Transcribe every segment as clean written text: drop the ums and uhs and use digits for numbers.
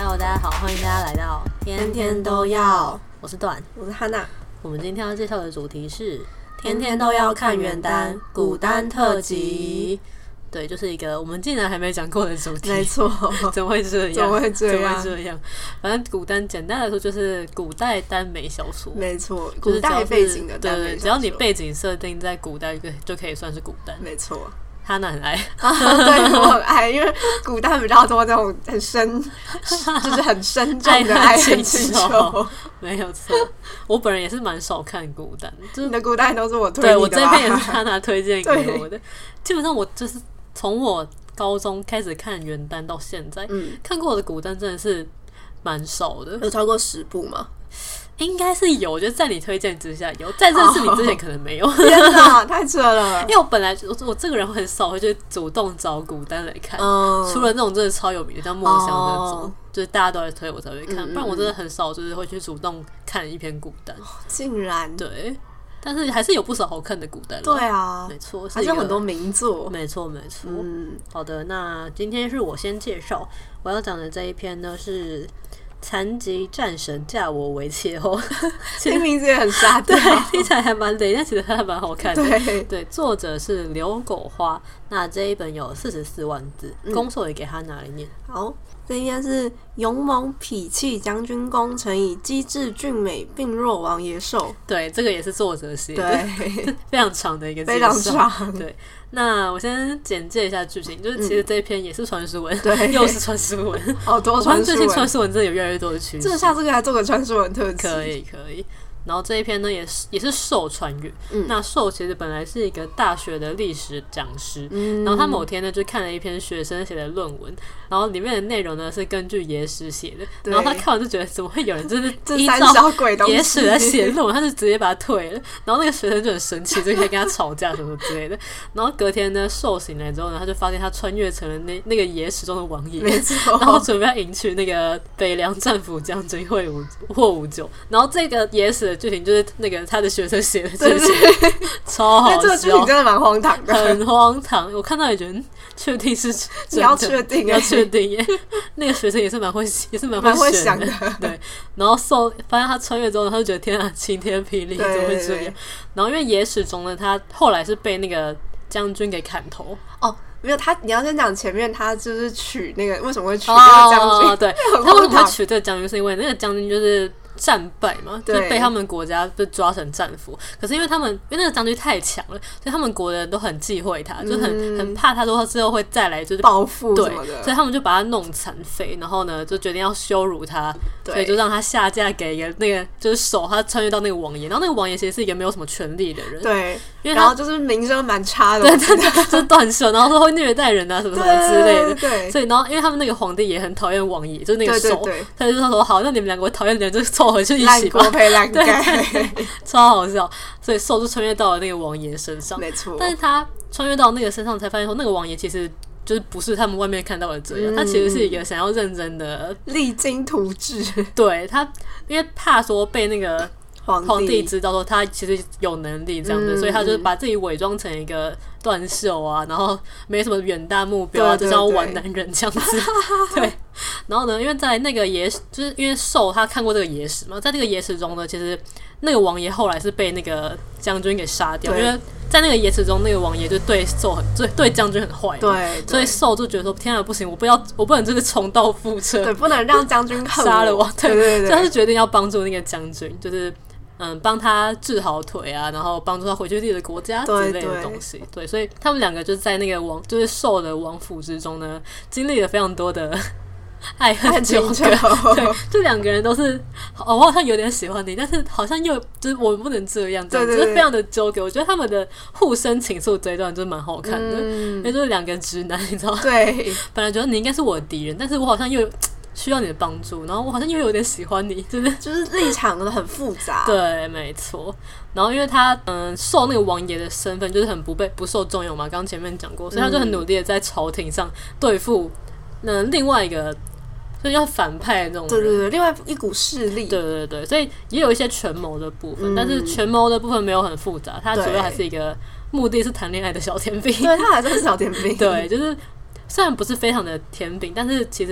Hello， 大家好，欢迎大家来到天天都要， 我是段， 我是汉娜。 我们今天要介绍的主题是天天都要看原单古单特辑。 对，就是一个我们竟然还没讲过的主题， 没错， 怎么会这样？ 怎么会这样？反正古单简单来说就是古代耽美小说， 没错， 就是古代背景的耽美小说， 对，只要你背景设定在古代，就可以算是古单。 没错。 哈娜很爱对，我很爱，因为古代比较多这种很深，就是很深重的爱恨情仇。 没有错，我本人也是蛮少看古单，就是你的古代都是我推你的吧？ 对，我这篇也是哈娜推荐给我的。基本上我就是从我高中开始看原单到现在，看过的古单真的是蛮少的。 有超过10部吗？ 应该是有，我觉得在你推荐之下有，在认识你之前可能没有。 天哪，太扯了！ 因为我本来我这个人很少会去主动找古单来看，除了那种真的超有名的，像墨香那种，就是大家都在推我才会看，不然我真的很少就是会去主动看一篇古单。 竟然对，但是还是有不少好看的古单。 对啊， 没错， 还是有很多名作。 没错。好的，那今天是我先介绍，我要讲的这一篇呢是残疾战神嫁我为妾后， 听名字也很沙雕， 对，听起来还蛮雷，但其实还蛮好看的。 对， 作者是刘狗花，那这一本有44万字，攻受也给他拿来念。 好，这应该是勇猛痞气将军公乘以机智俊美病弱王爷寿。 对，这个也是作者写的， 对， 非常长的一个介绍，非常长。对，那我先简介一下剧情，就是其实这一篇也是传书文， 对， 又是传书文， 好多传书文。 最近传书文真的有越来越多的趋势， 下次还做个传书文特辑， 可以。然后这一篇呢也是受穿越，那受其实本来是一个大学的历史讲师，然后他某天呢就看了一篇学生写的论文，然后里面的内容呢是根据野史写的，然后他看完就觉得怎么会有人就是依照野史来写论文，他就直接把他退了，然后那个学生就很生气，就可以跟他吵架什么之类的。然后隔天呢受醒来之后呢，他就发现他穿越成了那个野史中的王爷， 没错， 然后准备要迎娶那个北凉战俘将军霍五九，然后这个野史的剧情就是那个他的学生写的剧情，超好笑。 这个剧情真的蛮荒唐的， 很荒唐。我看到也觉得确定是真的， 你要确定， 要确定耶。那个学生也是蛮会想的， 对。然后发现他穿越之后，他就觉得天啊，晴天霹雳，怎么会这样？然后因为野史中呢，他后来是被那个将军给砍头哦。没有他，你要先讲前面，他就是娶那个为什么会娶那个将军？ 对，他为什么会娶这个将军？是因为那个将军就是战败嘛，就是被他们国家被抓成战俘。可是因为那个将军太强了，所以他们国的人都很忌讳他，就很怕他说之后会再来就是报复什么的， 所以他们就把他弄残废，然后呢就决定要羞辱他，所以就让他下嫁给一个那个就是他穿越到那个王爷，然后那个王爷其实是一个没有什么权力的人， 对， 因为然后就是名声蛮差的， 对，就是断袖，然后说会虐待人啊什么什么之类的， 对， 所以然后因为他们那个皇帝也很讨厌王爷，就是那个手，他就说好，那你们两个我讨厌的人就凑合去一起吧， 烂锅配烂盖， 超好笑。所以受就穿越到了那个王爷身上， 没错。 但是他穿越到那个身上，才发现说那个王爷其实就是不是他们外面看到的这样，他其实是一个想要认真的励精图治。 对他，因为怕说被那个皇帝知道说他其实有能力这样的，所以他就把自己伪装成一个断袖啊，然后没什么远大目标啊，就像玩男人这样子。对，然后呢，因为在那个就是因为受他看过这个野史嘛，在这个野史中呢，其实那个王爷后来是被那个将军给杀掉，因为在那个野史中，那个王爷就对将军很坏， 对， 所以受就觉得说天啊不行，我不能就是重蹈覆辙， 对，不能让将军杀了我， 对， 所以他就决定要帮助那个将军，就是帮他治好腿啊，然后帮助他回去自己的国家之类的东西。对，所以他们两个就是在那个就是受的王府之中呢，经历了非常多的爱恨纠葛。对，这两个人都是，我好像有点喜欢你，但是好像又就是我们不能这样，就是非常的纠葛。我觉得他们的互生情愫这一段就是蛮好看的，因为就是两个直男，你知道吗？ 对， 本来觉得你应该是我的敌人，但是我好像又需要你的帮助，然后我好像又有点喜欢你， 就是立场都很复杂。 对，没错。然后因为他受那个王爷的身份就是很不受重用嘛，刚刚前面讲过，所以他就很努力的在朝廷上对付另外一个就是要反派的那种人， 对，另外一股势力， 对，所以也有一些权谋的部分，但是权谋的部分没有很复杂，他主要还是一个目的是谈恋爱的小甜饼， 对，他还是小甜饼， 对，就是虽然不是非常的甜饼，但是其实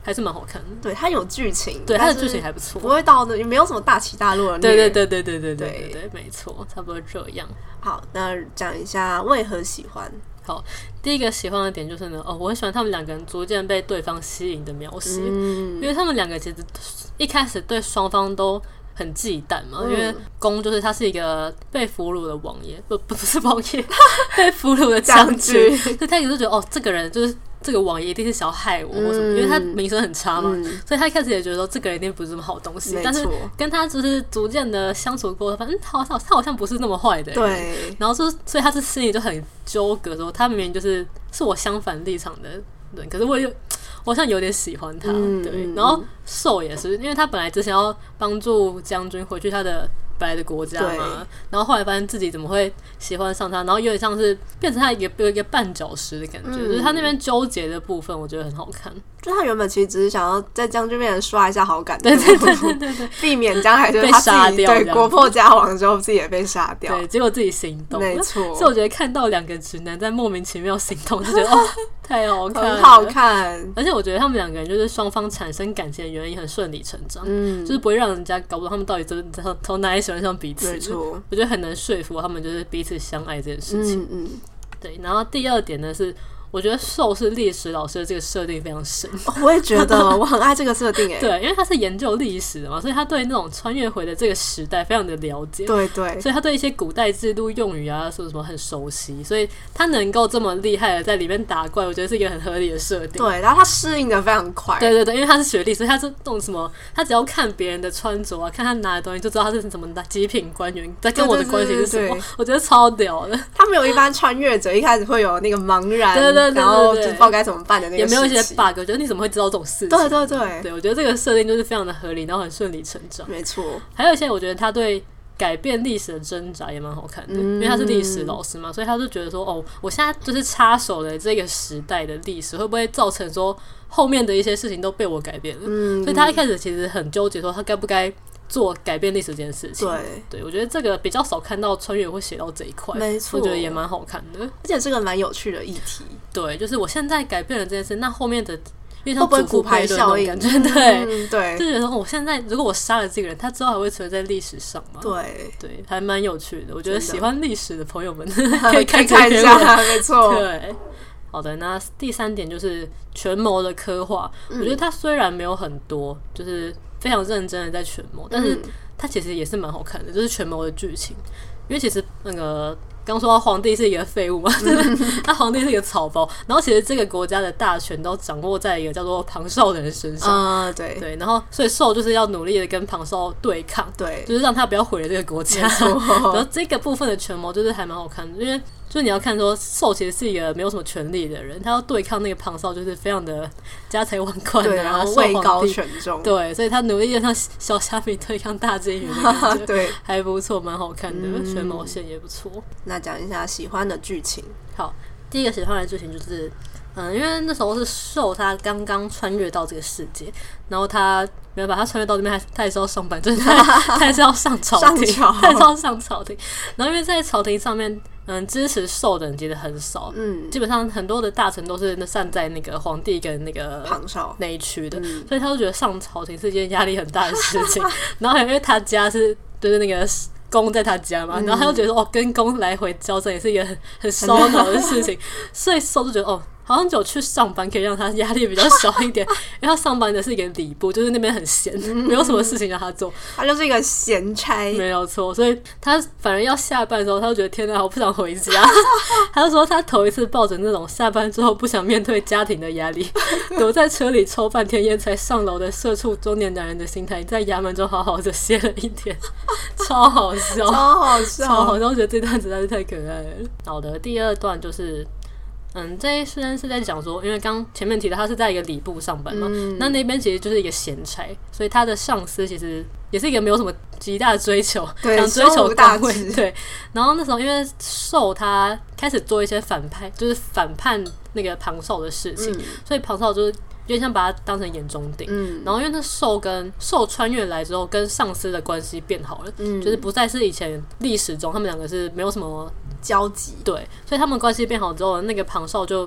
还是蛮好看的。 对，它有剧情， 对，它的剧情还不错， 不会到的，也没有什么大起大落的。 对，没错，差不多这样。 好，那讲一下为何喜欢。 好，第一个喜欢的点就是呢，我很喜欢他们两个人逐渐被对方吸引的描写，因为他们两个其实一开始对双方都很忌惮嘛，因为公就是他是一个被俘虏的王爷，不是王爷，被俘虏的将军，所以他也是觉得这个人就是这个王爷一定是想要害我或什么，因为他名声很差嘛，所以他一开始也觉得说这个人一定不是什么好东西，但是跟他就是逐渐的相处过，发现他好像不是那么坏的人， 对， 然后所以他这心里就很纠葛，说他明明是我相反立场的人，可是我好像有点喜欢他，对，然后受也是，因为他本来之前要帮助将军回去他的本来的国家嘛，然后后来发现自己怎么会喜欢上他，然后有点像是变成他一个绊脚石的感觉，就是他那边纠结的部分，我觉得很好看。 就他原本其实只是想要在将军面前刷一下好感度， 对， 避免将来就是他自己对国破家亡之后自己也被杀掉， 对，结果自己心动， 没错。 所以我觉得看到两个直男在莫名其妙心动，就觉得太好看了， 很好看。 而且我觉得他们两个人就是双方产生感情的原因很顺理成章，就是不会让人家搞不懂他们到底从哪里喜欢上彼此， 没错。 我觉得很能说服他们就是彼此相爱这件事情。对。然后第二点呢是，我觉得受是历史老师的这个设定非常深， 我也觉得我很爱这个设定耶。 对，因为他是研究历史的嘛，所以他对那种穿越回的这个时代非常的了解。 对， 所以他对一些古代制度用语啊说什么很熟悉，所以他能够这么厉害的在里面打怪，我觉得是一个很合理的设定。 对，然后他适应的非常快。 对，因为他是学历，所以他是懂什么，他只要看别人的穿着啊，看他拿的东西，就知道他是什么极品官员，在跟我的关系是什么。我觉得超屌的。 他没有一般穿越者一开始会有那个茫然， 对， 然后就不知道该怎么办的那个， 也没有一些 bug， 我觉得你怎么会知道这种事情？ 对， 我觉得这个设定就是非常的合理，然后很顺理成章。 没错。 还有一些我觉得他对改变历史的挣扎也蛮好看的，因为他是历史老师嘛，所以他就觉得说，我现在就是插手了这个时代的历史，会不会造成说后面的一些事情都被我改变了？所以他一开始其实很纠结，说他该不该做改变历史这件事情。对，我觉得这个比较少看到穿越会写到这一块， 没错， 我觉得也蛮好看的， 而且这个蛮有趣的议题。 对，就是我现在改变了这件事，那后面的因为像骨牌效应感觉，对，就觉得我现在如果我杀了这个人，他之后还会存在历史上吗？对，还蛮有趣的。我觉得喜欢历史的朋友们可以看一下，没错。 对，好的，那第三点就是权谋的刻画。我觉得他虽然没有很多，就是非常认真的在权谋，但是他其实也是蛮好看的，就是权谋的剧情。因为其实那个刚说到皇帝是一个废物嘛，他皇帝是一个草包，然后其实这个国家的大权都掌握在一个叫做庞少的人身上，对，然后所以受就是要努力的跟庞少对抗， 对， 就是让他不要毁了这个国家。然后这个部分的权谋就是还蛮好看的，因为就是你要看说受其实是一个没有什么权力的人，他要对抗那个庞少就是非常的家财万贯的， 然后位高权重， 对，所以他努力的像小虾米对抗大金鱼的感觉， 对， 还不错，蛮好看的，权谋线也不错。 那讲一下喜欢的剧情。 好，第一个喜欢的剧情就是，因为那时候是受他刚刚穿越到这个世界，然后他没有把他穿越到这边，他也是要上班，就是他还是要上朝廷，他也是要上朝廷。然后因为在朝廷上面，支持受的人其实很少，基本上很多的大臣都是站在那个皇帝跟那个庞少那一区的，所以他就觉得上朝廷是一件压力很大的事情。然后因为他家是就是那个公在他家嘛，然后他就觉得说跟公来回交战也是一个很烧脑的事情，所以受就觉得好像只有去上班可以让他压力比较小一点，因为他上班的是一个礼部，就是那边很闲，没有什么事情让他做， 他就是一个闲差， 没有错。所以他反而要下班的时候，他就觉得天哪，我不想回家。他就说他头一次抱着那种下班之后不想面对家庭的压力，躲在车里抽半天烟才上楼的社畜中年男人的心态，在衙门中好好的歇了一天，超好笑，我觉得这段实在是太可爱了。好的，第二段就是这一段是在讲说，因为刚前面提到他是在一个礼部上班嘛，那边其实就是一个闲差，所以他的上司其实也是一个没有什么极大的追求，想追求官位，对。然后那时候因为受他开始做一些反叛那个庞少的事情，所以庞少就是有点像把他当成眼中钉，然后因为那受穿越来之后，跟上司的关系变好了，就是不再是以前历史中他们两个是没有什么交集，对，所以他们关系变好之后，那个庞少就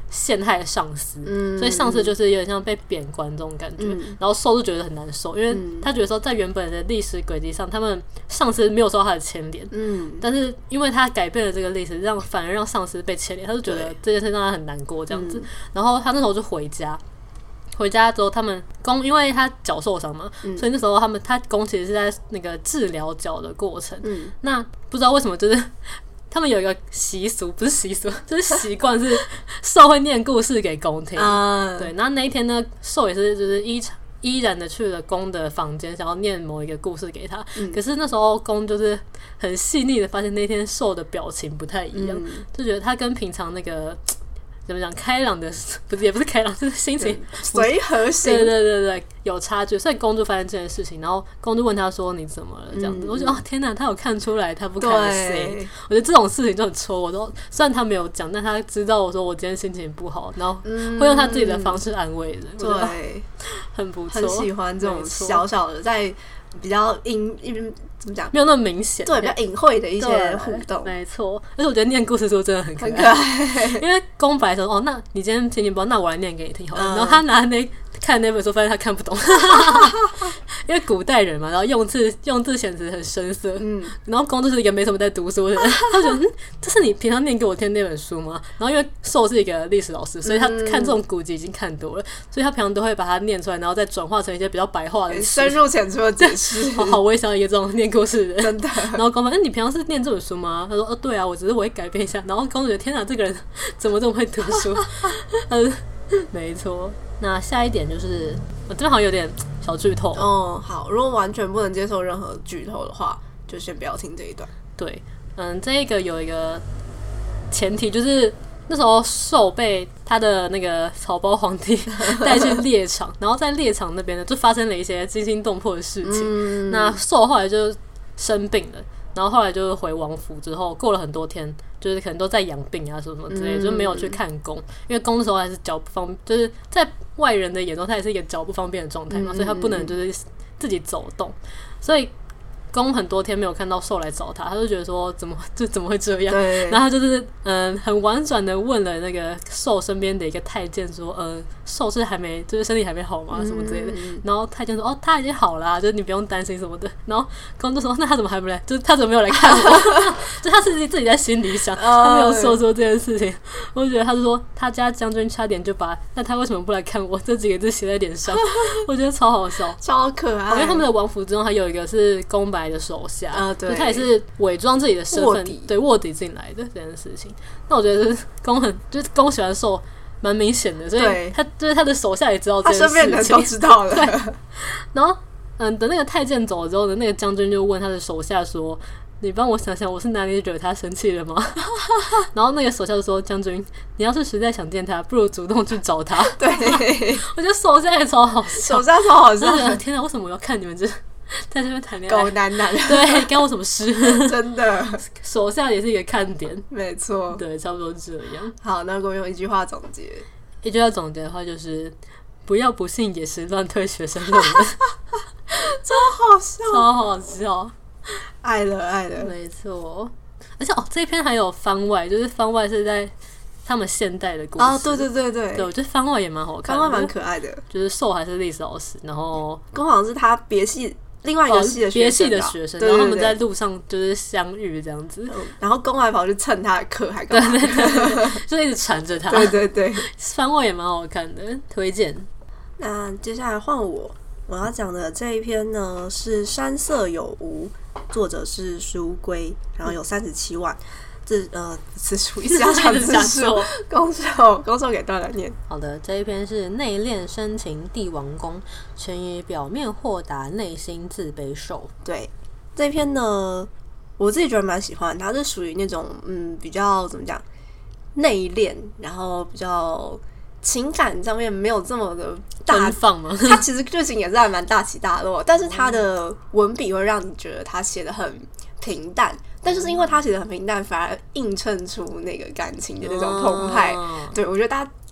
陷害上司，所以上司就是有点像被贬官这种感觉，然后受就觉得很难受，因为他觉得说在原本的历史轨迹上，他们上司没有受到他的牵连，但是因为他改变了这个历史，反而让上司被牵连，他就觉得这件事让他很难过这样子，然后他那时候就回家之后，他们公因为他脚受伤嘛，所以那时候他公其实是在那个治疗脚的过程，那不知道为什么就是。他们有一个习俗，不是习俗，就是习惯是受会念故事给公听。对，然后那一天呢，受也是就是依然的去了公的房间，想要念某一个故事给他。可是那时候公就是很细腻的发现那天受的表情不太一样，就觉得他跟平常那个。怎么讲？开朗的也不是开朗，就是心情随和型。 对，有差距。所以公主发现这件事情，然后公主问他说：“你怎么了？”这样子，我觉得哦天哪，他有看出来，他不开心。我觉得这种事情就很戳我。虽然他没有讲，但他知道我说我今天心情不好，然后会用他自己的方式安慰人。 对， 很不错， 很喜欢这种小小的在比较怎么讲？ 没有那么明显， 对，比较隐晦的一些互动， 没错。而且我觉得念故事书真的很可爱，因为公白说：“哦，那你今天心情不好，那我来念给你听好了。”然后他看那本书，发现他看不懂，因为古代人嘛，然后用字遣词很生涩，然后公就是一个没什么在读书的人，他觉得这是你平常念给我听那本书吗？然后因为受是一个历史老师，所以他看这种古籍已经看多了，所以他平常都会把它念出来，然后再转化成一些比较白话的词， 深入浅出的解释。 好微小一个这种念故事的人， 真的。 然后公说：“你平常是念这本书吗？”他说：“对啊，我只是我会改变一下。”然后公主觉得：“天哪，这个人怎么这么会读书？”没错。那下一点就是我这边好像有点小剧透哦。好，如果完全不能接受任何剧透的话，就先不要听这一段。 对，这一个有一个前提，就是那时候受被他的那个草包皇帝带去猎场，然后在猎场那边呢，就发生了一些惊心动魄的事情。那受后来就生病了。然后后来就是回王府之后，过了很多天，就是可能都在养病啊什么之类的，就没有去看公，因为公的时候还是脚不方便，就是在外人的眼中，他也是一个脚不方便的状态嘛，所以他不能就是自己走动，所以公很多天没有看到受来找他，他就觉得说怎么会这样？然后他就是很婉转的问了那个受身边的一个太监说，受是还没就是身体还没好吗？什么之类的。然后太监说哦他已经好了，就是你不用担心什么的。然后公就说那他怎么还不来？就是他怎么没有来看我？就他自己在心里想，他没有说出这件事情。我就觉得他就说他家将军差点就把那他为什么不来看我这几个字写在脸上，我觉得超好笑， 超可爱。 因为他们的王府之中还有一个是公白的手下，对，他也是伪装自己的身份，对卧底进来的这件事情。那我觉得是公就是公喜欢受蛮明显的，所以他就是他的手下也知道这件事情， 他身边的人都知道了。 然后等那个太监走了之后呢，那个将军就问他的手下说：“你帮我想想，我是哪里惹他生气了吗？”然后那个手下就说：“将军，你要是实在想见他，不如主动去找他。” 对， 我觉得手下也超好笑， 手下超好笑。 天哪，为什么我要看你们这？在这边谈恋爱，狗男男， 对，干我什么事？ 真的， 手下也是一个看点， 没错， 对，差不多这样。 好，那我用一句话总结， 的话就是：不要不信也是乱推学生论文， 超好笑， 爱了， 没错。而且这一篇还有番外，就是番外是在他们现代的故事啊，对， 我觉得番外也蛮好看的， 番外蛮可爱的， 就是受还是历史老师，然后公好像是他别系。另外一个系的学生，然后他们在路上就是相遇这样子， 然后公还跑去蹭他的课，还干嘛？ 对，就一直缠着他。 对， 番外也蛮好看的，推荐。 那接下来换我要讲的这一篇呢是《山色有无》，作者是书龟，然后有37万。字数一直要讲字数，公受给段来念。 好的，这一篇是内敛深情帝王宫，全于表面豁达，内心自卑受。 对，这一篇呢，我自己觉得蛮喜欢，它是属于那种比较怎么讲内敛，然后比较情感上面没有这么的大放吗？ 它其实剧情也是还蛮大起大落，但是它的文笔会让你觉得它写得很平淡。但就是因为他写的很平淡，反而映衬出那个感情的那种澎湃。对，我觉得大家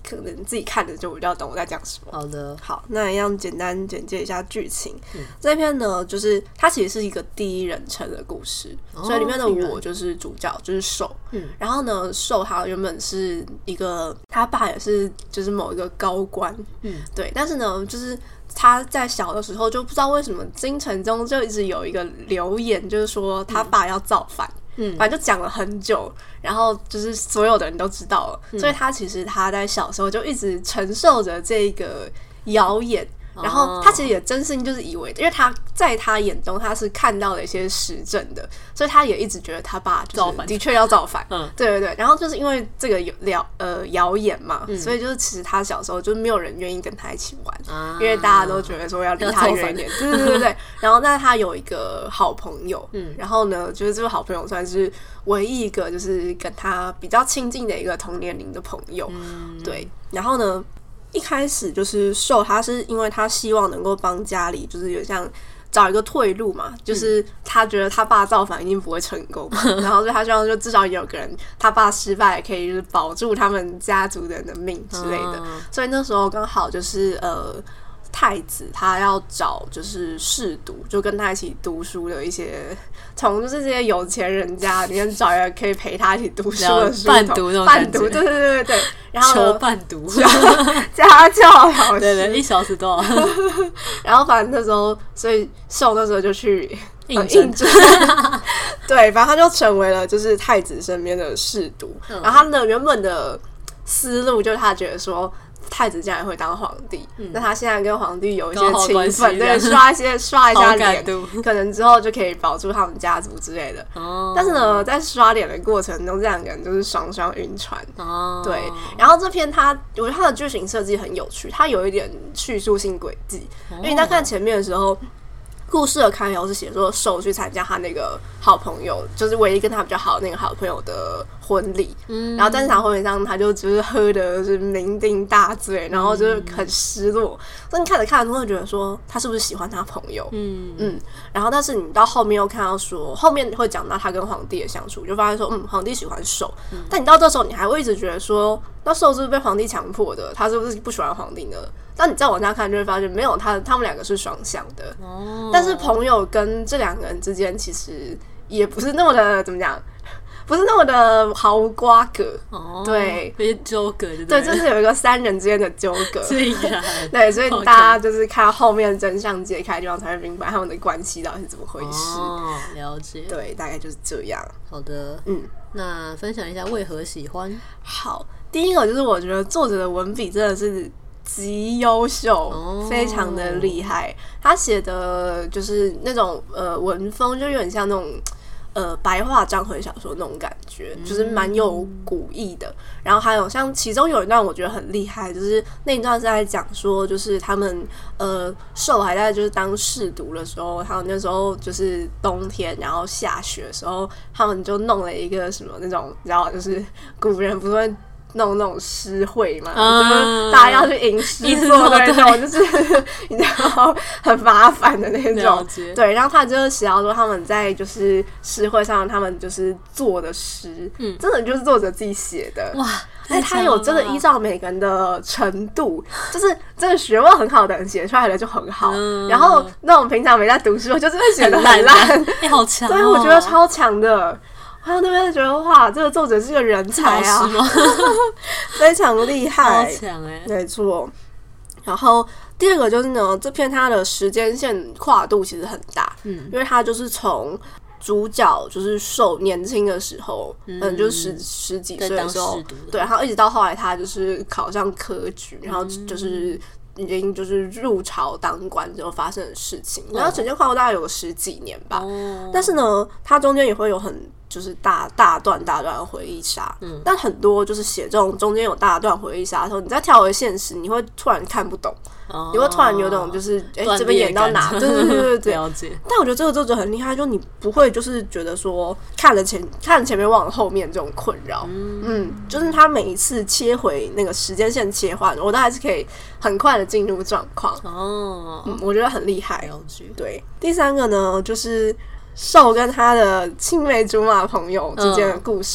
可能自己看的就比较懂我在讲什么。 好的， 好，那一样简单简介一下剧情。这篇呢，就是它其实是一个第一人称的故事，所以里面的我就是主角，就是受。然后呢，受他原本是一个，他爸也是就是某一个高官，对，但是呢，就是他在小的时候就不知道为什么京城中就一直有一个流言，就是说他爸要造反。反正就讲了很久，然后就是所有的人都知道了，所以他其实他在小时候就一直承受着这个谣言，然后他其实也真心就是以为，因为他在他眼中他是看到了一些实证的，所以他也一直觉得他爸就是的确要造反，对对对。然后就是因为这个谣言嘛，所以就是其实他小时候就没有人愿意跟他一起玩，因为大家都觉得说要离他远一点，对对对对。然后那他有一个好朋友，然后呢，就是这个好朋友算是唯一一个就是跟他比较亲近的一个同年龄的朋友，对。然后呢，一开始就是受他是因为他希望能够帮家里，就是有像找一个退路嘛，就是他觉得他爸造反一定不会成功，然后所以他希望就至少有个人他爸失败可以就是保住他们家族的人的命之类的，所以那时候刚好就是太子他要找就是士读，就跟他一起读书的一些，从就是这些有钱人家里面找一个可以陪他一起读书的书童， 伴读那种感觉， 对对对对对，然后求伴读， 家教老师， 对对，1小时多少？ 然后反正那时候，所以受那时候就去应征，对，反正他就成为了就是太子身边的士读，然后他的原本的思路就是他觉得说，太子将来会当皇帝，那他现在跟皇帝有一些情分，对，刷一下脸，可能之后就可以保住他们家族之类的。但是呢，在刷脸的过程中，这两个人就是双双晕船。对，然后这篇我觉得他的剧情设计很有趣，它有一点叙述性轨迹，因为你在看前面的时候。故事的开头是写说受去参加他那个好朋友，就是唯一跟他比较好的那个好朋友的婚礼，然后在那场婚礼上他就是喝的是酩酊大醉，然后就是很失落，所以你看着看着会觉得说他是不是喜欢他朋友，然后但是你到后面又看到说后面会讲到他跟皇帝的相处，就发现说皇帝喜欢受，但你到这时候你还会一直觉得说那受是不是被皇帝强迫的，他是不是不喜欢皇帝呢？但你再往下看就会发现没有，他们两个是双向的，但是朋友跟这两个人之间其实也不是那么的怎么讲，不是那么的毫无瓜葛，对， 有些纠葛， 对，就是有一个三人之间的纠葛，对，所以大家就是看到后面真相揭开的地方才会明白他们的关系到底是怎么回事。 了解， 对，大概就是这样。 好的，那分享一下为何喜欢。 好，第一个就是我觉得作者的文笔真的是极优秀，非常的厉害。他写的就是那种文风，就有点像那种白话章回小说那种感觉，就是蛮有古意的。然后还有像其中有一段我觉得很厉害，就是那一段是在讲说，就是他们受还在就是当士读的时候，他们那时候就是冬天，然后下雪的时候，他们就弄了一个什么那种，你知道，就是古人不是会弄那种诗会嘛，就是大家要去吟诗作对那种，就是你知道很麻烦的那种。对，然后他就是写到说他们在就是诗会上，他们就是做的诗，真的就是作者自己写的。哇！而且他有真的依照每个人的程度，就是真的学问很好的人写出来的就很好，然后那种平常没在读书，就真的写得很烂。 你好强！ 对，我觉得超强的。还有那边觉得哇，这个作者是个人才啊，非常厉害， 超强欸， 没错。然后第二个就是呢，这篇它的时间线跨度其实很大，因为它就是从主角就是受年轻的时候，就是十几岁的时候，对，然后一直到后来他就是考上科举，然后就是已经就是入朝当官之后发生的事情，然后整件跨度大概有个10几年吧，但是呢，它中间也会有很就是大段的回忆杀，但很多就是写这种中间有大段回忆杀的时候，你再跳回现实，你会突然看不懂，你会突然有种就是这边演到哪，对， 了解。 但我觉得这个作者很厉害，就你不会就是觉得说看了前面忘了后面这种困扰，就是他每一次切回那个时间线切换，我都还是可以很快的进入状况，我觉得很厉害。 了解。 对，第三个呢就是受跟他的青梅竹马朋友之间的故事，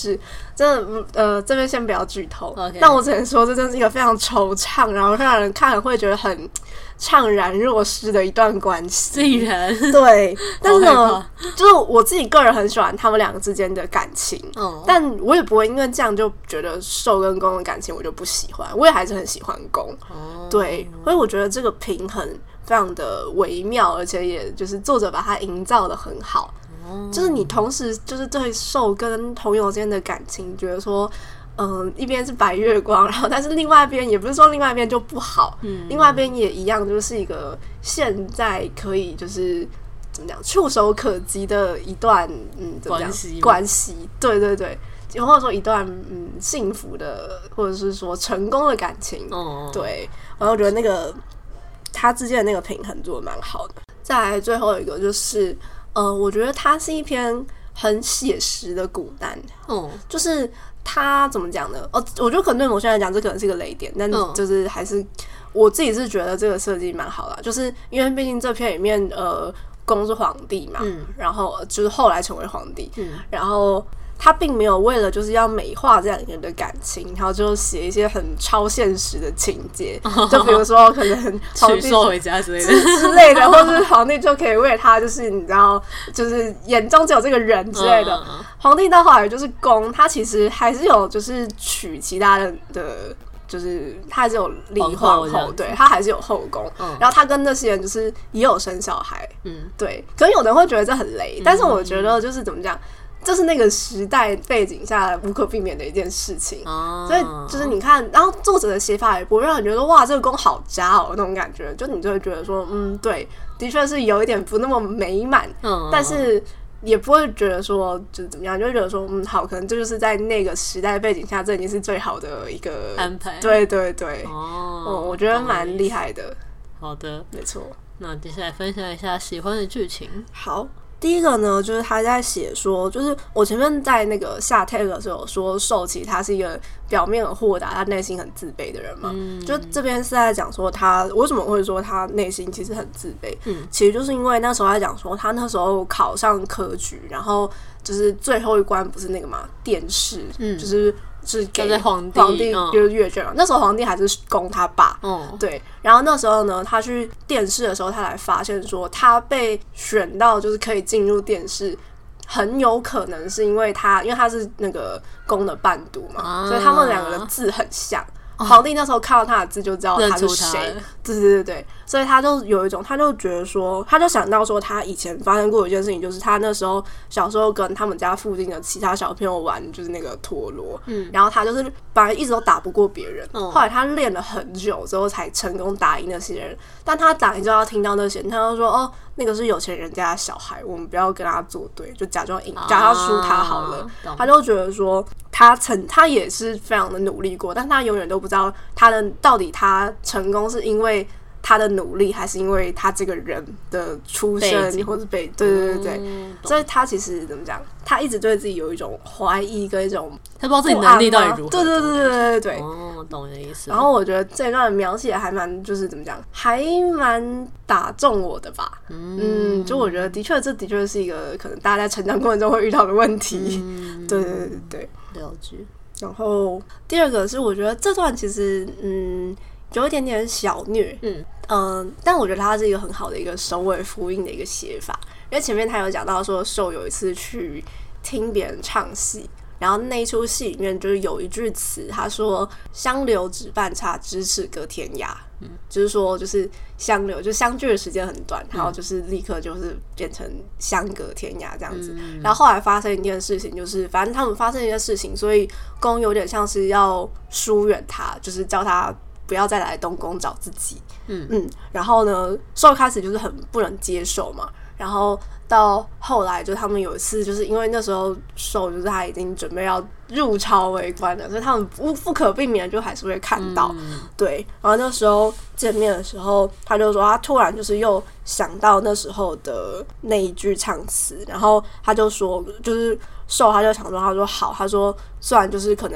真的这边先不要剧透， okay. 但我只能说这真是一个非常惆怅，然后让人看了会觉得很怅然若失的一段关系。 竟然对，但是呢，就是我自己个人很喜欢他们两个之间的感情，但我也不会因为这样就觉得受跟攻的感情我就不喜欢，我也还是很喜欢攻。对，所以我觉得这个平衡非常的微妙，而且也就是作者把它营造的很好。就是你同时就是对受跟朋友之间的感情觉得说一边是白月光，然后但是另外一边也不是说另外一边就不好，另外一边也一样，就是一个现在可以就是怎么讲触手可及的一段怎么讲关系，对对对，或者说一段幸福的或者是说成功的感情，对，然后我觉得那个他之间的那个平衡做得蛮好的。再来最后一个就是我觉得它是一篇很写实的古单，就是它怎么讲呢？我觉得可能对某些人来讲，这可能是一个雷点，但就是还是我自己是觉得这个设计蛮好的，就是因为毕竟这篇里面公是皇帝嘛，然后就是后来成为皇帝，然后他并没有为了就是要美化这两个人的感情，然后就写一些很超现实的情节，就比如说可能娶受回家之类的之类的，或是皇帝就可以为了他就是你知道就是眼中只有这个人之类的。皇帝到后来就是公，他其实还是有就是娶其他的就是他还是有立皇后，对，他还是有后宫，然后他跟那些人就是也有生小孩，对。可能有人会觉得这很雷，但是我觉得就是怎么讲，这是那个时代背景下无可避免的一件事情，所以就是你看，然后作者的写法也不会让你觉得哇这个宫好渣那种感觉，就你就会觉得说对，的确是有一点不那么美满，但是也不会觉得说就是怎么样，就会觉得说好，可能这就是在那个时代背景下，这已经是最好的一个安排。 对对对，我觉得蛮厉害的。 好的， 没错。 那接下来分享一下喜欢的剧情。 好。第一个呢，就是他在写说，就是我前面在那个下 tag 的时候有说，受其他是一个表面很豁达，他内心很自卑的人嘛。就这边是在讲说他为什么会说他内心其实很自卑。其实就是因为那时候在讲说，他那时候考上科举，然后就是最后一关不是那个嘛殿试，就是给皇帝就是阅卷嘛。那时候皇帝还是供他爸，对。然后那时候呢，他去殿试的时候，他才发现说，他被选到就是可以进入殿试，很有可能是因为他是那个宫的伴读嘛，所以他们两个的字很像。皇帝那时候看到他的字就知道他是谁，对，所以他就有一种，他就觉得说，他就想到说，他以前发生过一件事情，就是他那时候小时候跟他们家附近的其他小朋友玩，就是那个陀螺，然后他就是本来一直都打不过别人，后来他练了很久之后才成功打赢那些人，但他打赢之后要听到那些人，他就说那个是有钱人家的小孩，我们不要跟他作对，就假装赢，假装输他好了。他就觉得说，他也是非常的努力过，但他永远都不知道到底他成功是因为他的努力，还是因为他这个人的出身或者对，所以他其实怎么讲，他一直对自己有一种怀疑跟一种他不知道自己能力到底如何。 对， 懂你的意思。 然后我觉得这段描写还蛮就是怎么讲，还蛮打中我的吧。就我觉得这的确是一个可能大家在成长过程中会遇到的问题。对， 了解。 然后第二个是我觉得这段其实有一点点小虐，但我觉得它是一个很好的一个首尾呼应的一个写法，因为前面他有讲到说受有一次去听别人唱戏，然后那一出戏里面就是有一句词，他说相留只半差，咫尺隔天涯，就是说就是相留就相聚的时间很短，然后就是立刻就是变成相隔天涯这样子。然后后来发生一件事情，就是反正他们发生一件事情，所以公有点像是要疏远他，就是叫他不要再来东宫找自己。然后呢，受开始就是很不能接受嘛，然后到后来就他们有一次就是因为那时候受就是他已经准备要入朝为官了，所以他们不可避免就还是会看到。对，然后那时候见面的时候，他就说他突然就是又想到那时候的那一句唱词，然后他就说就是受他就想说，他说好，他说虽然就是可能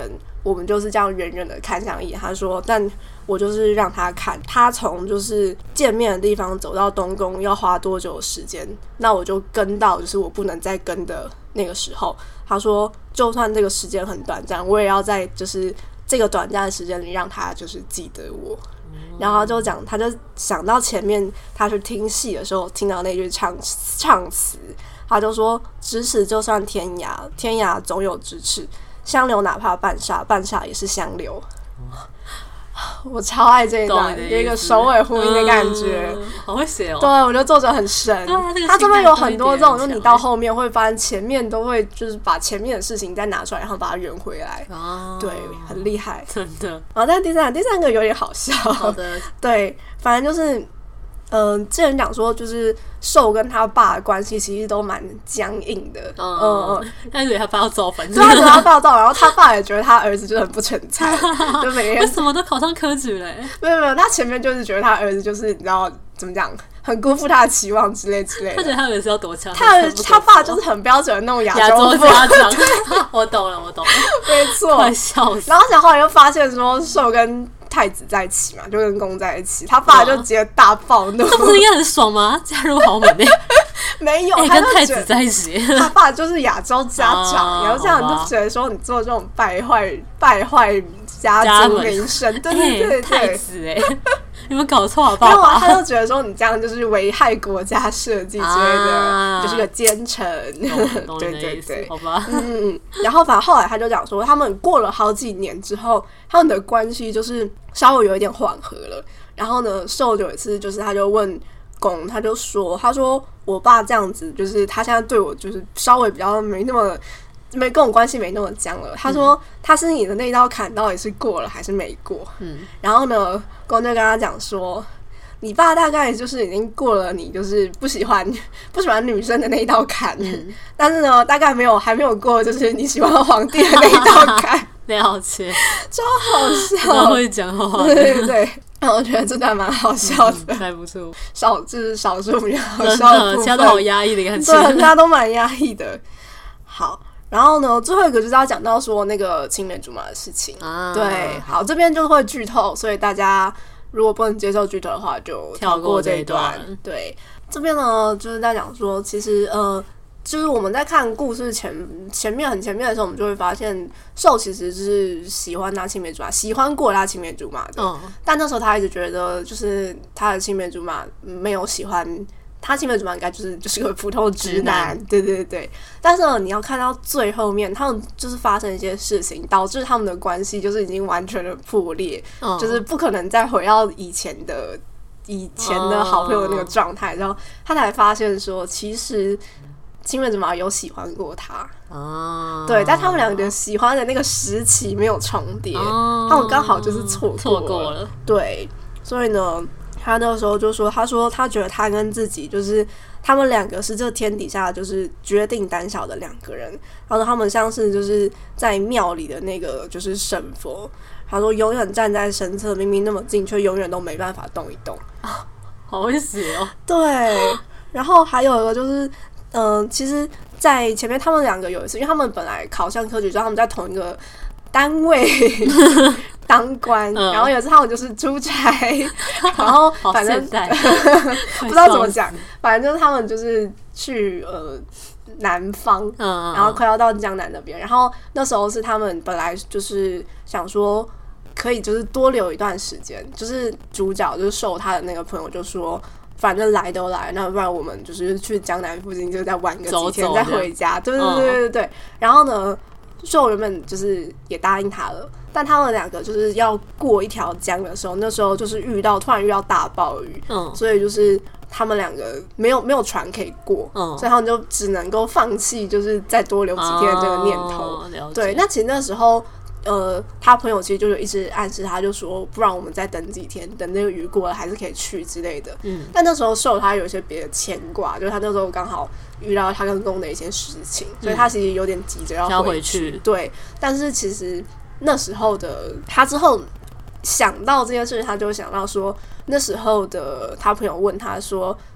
我们就是这样远远的看向一眼。他说，但我就是让他看，他从就是见面的地方走到东宫要花多久的时间，那我就跟到就是我不能再跟的那个时候。他说，就算这个时间很短暂，我也要在就是这个短暂的时间里让他就是记得我。然后他就想到前面他去听戏的时候听到那句唱词，他就说：咫尺就算天涯，天涯总有咫尺，香流哪怕半霎，半霎也是香流。我超爱这一段，有一个首尾呼应的感觉， 好会写哦。 对，我觉得作者很神。他这边有很多这种，就你到后面会发现前面都会就是把前面的事情再拿出来，然后把它圆回来。对，很厉害， 真的。 然后但第三个有点好笑。 好的， 对，反正就是。之前讲说，就是受跟他爸的关系其实都蛮僵硬的。 他以为他爸要造反， 对，他觉得他爸要造反，然后他爸也觉得他儿子就很不成才，就每天为什么都考上科举嘞？ 没有，他前面就是觉得他儿子就是你知道怎么讲，很辜负他的期望之类的。 他觉得他儿子要多强， 他爸就是很标准的那种亚洲家长。我懂了， 没错， 快笑死。 然后后来又发现说，受跟太子在一起嘛，就跟公在一起，他爸就直接大暴怒。 这不是应该很爽吗？嫁入豪门欸。 没有， 他跟太子在一起， 他爸就是亚洲家长，然后这样你就觉得说你做这种败坏家族名声，对， 太子你们搞错了，爸爸。 没有啊，他就觉得说你这样就是危害国家社稷之类的，就是个奸臣。对， 好吧。 然后反正后来他就讲说，他们过了好几年之后，他们的关系就是稍微有一点缓和了。然后呢，受有一次就是他就问公，他说我爸这样子，就是他现在对我就是稍微比较跟我关系没那么僵了。他说他是你的那道坎到底是过了还是没过？然后呢，公就跟他讲说，你爸大概就是已经过了你就是不喜欢女生的那一道坎，但是呢，大概还没有过就是你喜欢皇帝的那一道坎。 了解， 超好笑， 真会讲话。 对。我觉得这段蛮好笑的， 还不错。 就是少数比较好笑的部分， 其他都好压抑的感觉。 对，大家都蛮压抑的。好，然后呢，最后一个就是要讲到说那个青梅竹马的事情。对，好，这边就会剧透，所以大家如果不能接受剧透的话，就跳过这一段。对，这边呢就是在讲说，其实就是我们在看故事前面的时候，我们就会发现受其实是喜欢他青梅竹马，喜欢过他青梅竹马的。但那时候他一直觉得，就是他的青梅竹马没有喜欢他青梅竹马，应该就是个普通直男。对。但是呢，你要看到最后面，他们就是发生一些事情，导致他们的关系就是已经完全的破裂，就是不可能再回到以前的好朋友的那个状态。然后他才发现说，其实青梅竹马有喜欢过他对，但他们两个喜欢的那个时期没有重叠，他们刚好就是错过了。对，所以呢，他那个时候就说，他觉得他跟自己就是他们两个是这天底下就是决定胆小的两个人。他说他们像是就是在庙里的那个就是神佛，他说永远站在神侧，明明那么近，却永远都没办法动一动。 好会写哦。 对，然后还有一个就是。其实，在前面他们两个有一次，因为他们本来考上科举之后，他们在同一个单位当官，然后有一次他们就是出差，然后反正不知道怎么讲，反正就是他们就是去南方，然后快要到江南那边，然后那时候是他们本来就是想说可以就是多留一段时间，就是主角就是受他的那个朋友就说。反正来都来，那不然我们就是去江南附近，就再玩个几天再回家。对。然后呢，秀原本就是也答应他了，但他们两个就是要过一条江的时候，那时候就是突然遇到大暴雨，所以就是他们两个没有船可以过，所以他们就只能够放弃，就是再多留几天的这个念头。对，那其实那时候。他朋友其实就一直暗示他，就说不然我们再等几天，等那个雨过了还是可以去之类的。但那时候受他有一些别的牵挂，就是他那时候刚好遇到他跟公的一些事情，所以他其实有点急着要回去。对，但是其实那时候的他之后想到这件事，他就想到说，那时候的他朋友问他说，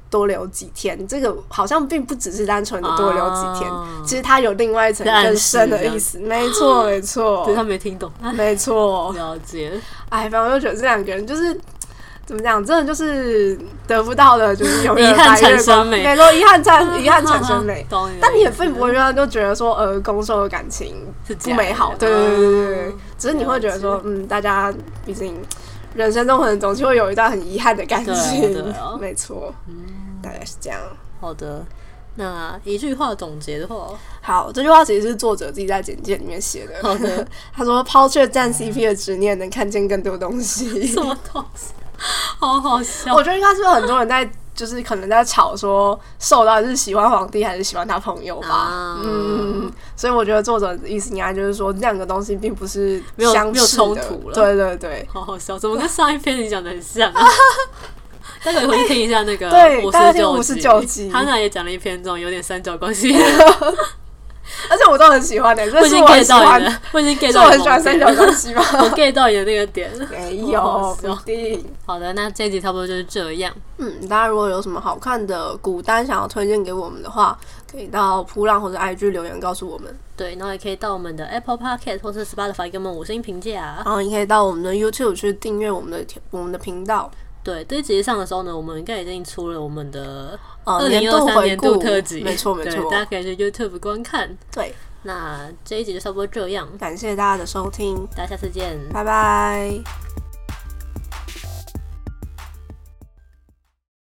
多留几天，这个好像并不只是单纯的多留几天，其实它有另外一层更深的意思。没错没错， 对，他没听懂。 没错， 了解。 哎，反正我就觉得这两个人就是怎么讲，真的就是得不到的，就是永远遗憾产生美。 没错，遗憾产生美。但你也并不会就觉得说，攻受的感情不美好。对对对对对，只是你会觉得说，大家毕竟人生中可能总是会有一段很遗憾的感情。对啊，没错，大概是这样。 好的。那一句话总结的话， 好，这句话其实是作者自己在简介里面写的。 好的， 他说：“抛却战 CP 的执念，能看见更多东西。” 什么东西？好好笑。 我觉得应该是有很多人在，就是可能在吵说，受到底是喜欢皇帝还是喜欢他朋友吧。所以我觉得作者的意思应该就是说，这两个东西并不是相没有冲突了。 对对对， 好好笑，怎么跟上一篇你讲的很像啊？大家可以回去听一下那个 59集， 他那也讲了一篇这种有点三角关系， 而且我都很喜欢的。 我已经 get 到你的，我已经 get 到你的。 是我很喜欢三角关系吗？ 我 get 到你的那个点， 没有，不定。 好的，那这一集差不多就是这样。 大家如果有什么好看的古单想要推荐给我们的话，可以到噗浪或者 IG 留言告诉我们。 对，然后也可以到我们的 Apple Podcast 或是 Spotify 给我们5星评价。 然后你可以到我们的 YouTube 去订阅我们的频道。 对，这一集上的时候呢，我们应该已经出了我们的 2023 年度特辑， 没错没错， 大家可以去 YouTube 观看。 对， 那这一集就差不多这样， 感谢大家的收听， 大家下次见， 拜拜。